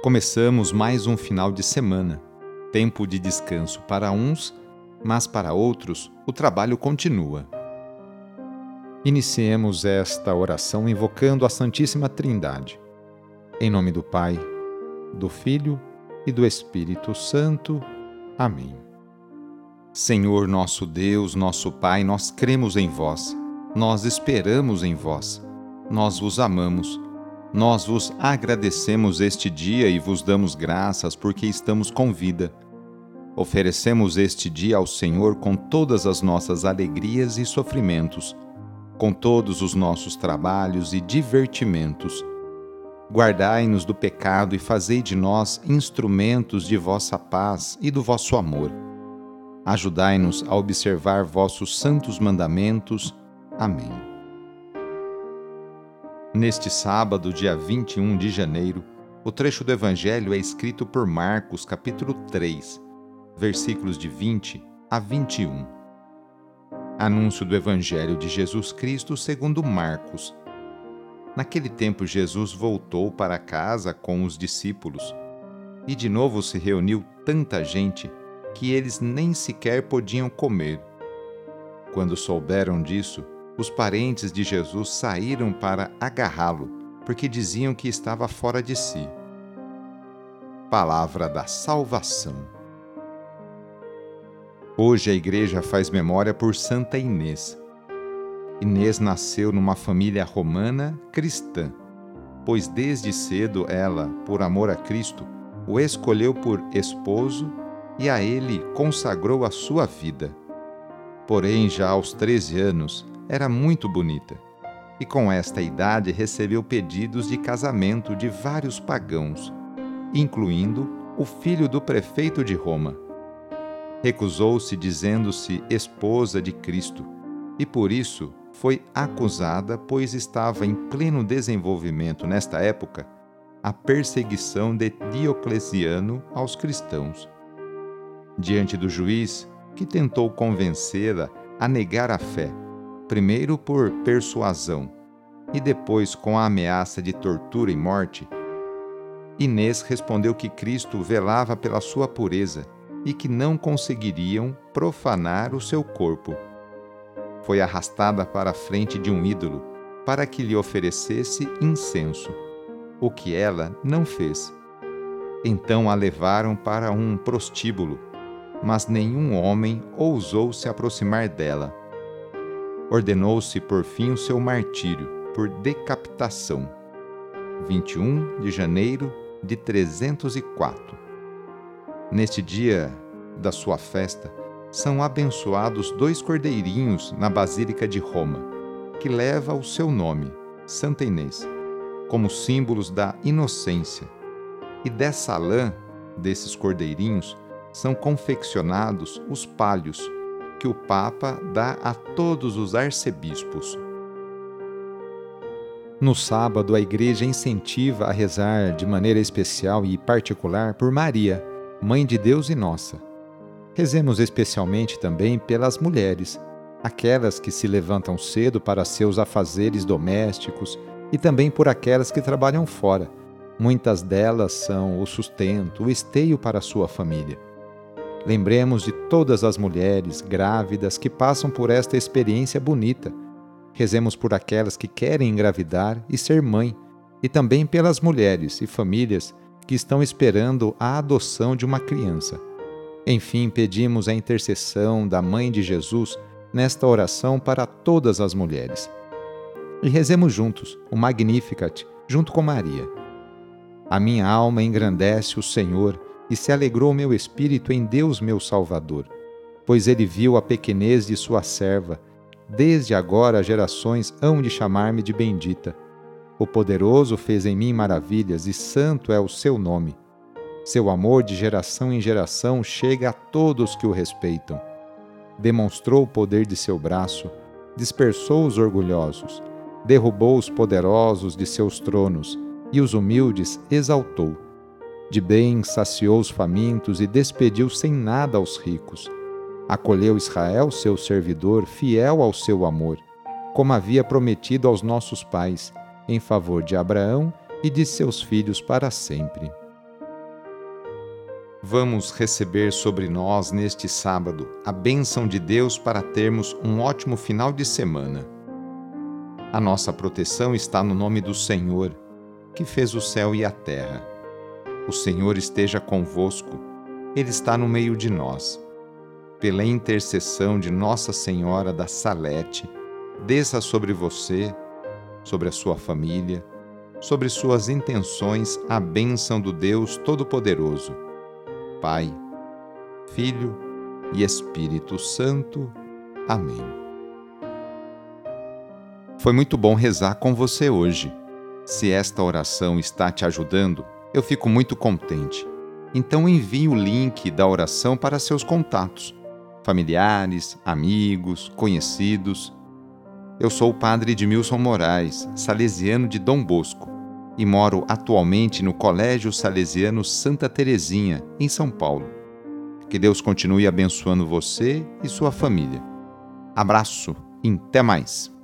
Começamos mais um final de semana, tempo de descanso para uns, mas para outros o trabalho continua. Iniciemos esta oração invocando a Santíssima Trindade. Em nome do Pai, do Filho e do Espírito Santo. Amém. Senhor nosso Deus, nosso Pai, nós cremos em vós, nós esperamos em vós, nós vos amamos. Nós vos agradecemos este dia e vos damos graças porque estamos com vida. Oferecemos este dia ao Senhor com todas as nossas alegrias e sofrimentos, com todos os nossos trabalhos e divertimentos. Guardai-nos do pecado e fazei de nós instrumentos de vossa paz e do vosso amor. Ajudai-nos a observar vossos santos mandamentos. Amém. Neste sábado, dia 21 de janeiro, o trecho do Evangelho é escrito por Marcos, capítulo 3, versículos de 20 a 21. Anúncio do Evangelho de Jesus Cristo segundo Marcos. Naquele tempo, Jesus voltou para casa com os discípulos, e de novo se reuniu tanta gente que eles nem sequer podiam comer. Quando souberam disso, os parentes de Jesus saíram para agarrá-lo, porque diziam que estava fora de si. Palavra da salvação. Hoje a igreja faz memória por Santa Inês. Inês nasceu numa família romana cristã, pois desde cedo ela, por amor a Cristo, o escolheu por esposo e a ele consagrou a sua vida. Porém, já aos 13 anos, era muito bonita, e com esta idade recebeu pedidos de casamento de vários pagãos, incluindo o filho do prefeito de Roma. Recusou-se dizendo-se esposa de Cristo, e por isso foi acusada, pois estava em pleno desenvolvimento nesta época a perseguição de Diocleciano aos cristãos. Diante do juiz, que tentou convencê-la a negar a fé, primeiro por persuasão e depois com a ameaça de tortura e morte, Inês respondeu que Cristo velava pela sua pureza e que não conseguiriam profanar o seu corpo. Foi arrastada para a frente de um ídolo para que lhe oferecesse incenso, o que ela não fez. Então a levaram para um prostíbulo, mas nenhum homem ousou se aproximar dela. Ordenou-se por fim o seu martírio, por decapitação. 21 de janeiro de 304. Neste dia da sua festa, são abençoados 2 cordeirinhos na Basílica de Roma, que leva o seu nome, Santa Inês, como símbolos da inocência. E dessa lã, desses cordeirinhos, são confeccionados os palhos, que o Papa dá a todos os arcebispos. No sábado, a Igreja incentiva a rezar de maneira especial e particular por Maria, Mãe de Deus e nossa. Rezemos especialmente também pelas mulheres, aquelas que se levantam cedo para seus afazeres domésticos e também por aquelas que trabalham fora. Muitas delas são o sustento, o esteio para a sua família. Lembremos de todas as mulheres grávidas que passam por esta experiência bonita. Rezemos por aquelas que querem engravidar e ser mãe, e também pelas mulheres e famílias que estão esperando a adoção de uma criança. Enfim, pedimos a intercessão da Mãe de Jesus nesta oração para todas as mulheres. E rezemos juntos o Magnificat, junto com Maria. A minha alma engrandece o Senhor, e se alegrou meu espírito em Deus meu Salvador, pois ele viu a pequenez de sua serva. Desde agora gerações hão de chamar-me de bendita. O Poderoso fez em mim maravilhas, e santo é o seu nome. Seu amor de geração em geração chega a todos que o respeitam. Demonstrou o poder de seu braço, dispersou os orgulhosos, derrubou os poderosos de seus tronos, e os humildes exaltou. De bem saciou os famintos e despediu sem nada aos ricos. Acolheu Israel, seu servidor, fiel ao seu amor, como havia prometido aos nossos pais, em favor de Abraão e de seus filhos para sempre. Vamos receber sobre nós neste sábado a bênção de Deus para termos um ótimo final de semana. A nossa proteção está no nome do Senhor, que fez o céu e a terra. O Senhor esteja convosco, Ele está no meio de nós. Pela intercessão de Nossa Senhora da Salete, desça sobre você, sobre a sua família, sobre suas intenções a bênção do Deus Todo-Poderoso, Pai, Filho e Espírito Santo. Amém. Foi muito bom rezar com você hoje. Se esta oração está te ajudando, eu fico muito contente. Então envie o link da oração para seus contatos, familiares, amigos, conhecidos. Eu sou o padre Edmilson Moraes, salesiano de Dom Bosco, e moro atualmente no Colégio Salesiano Santa Terezinha, em São Paulo. Que Deus continue abençoando você e sua família. Abraço e até mais!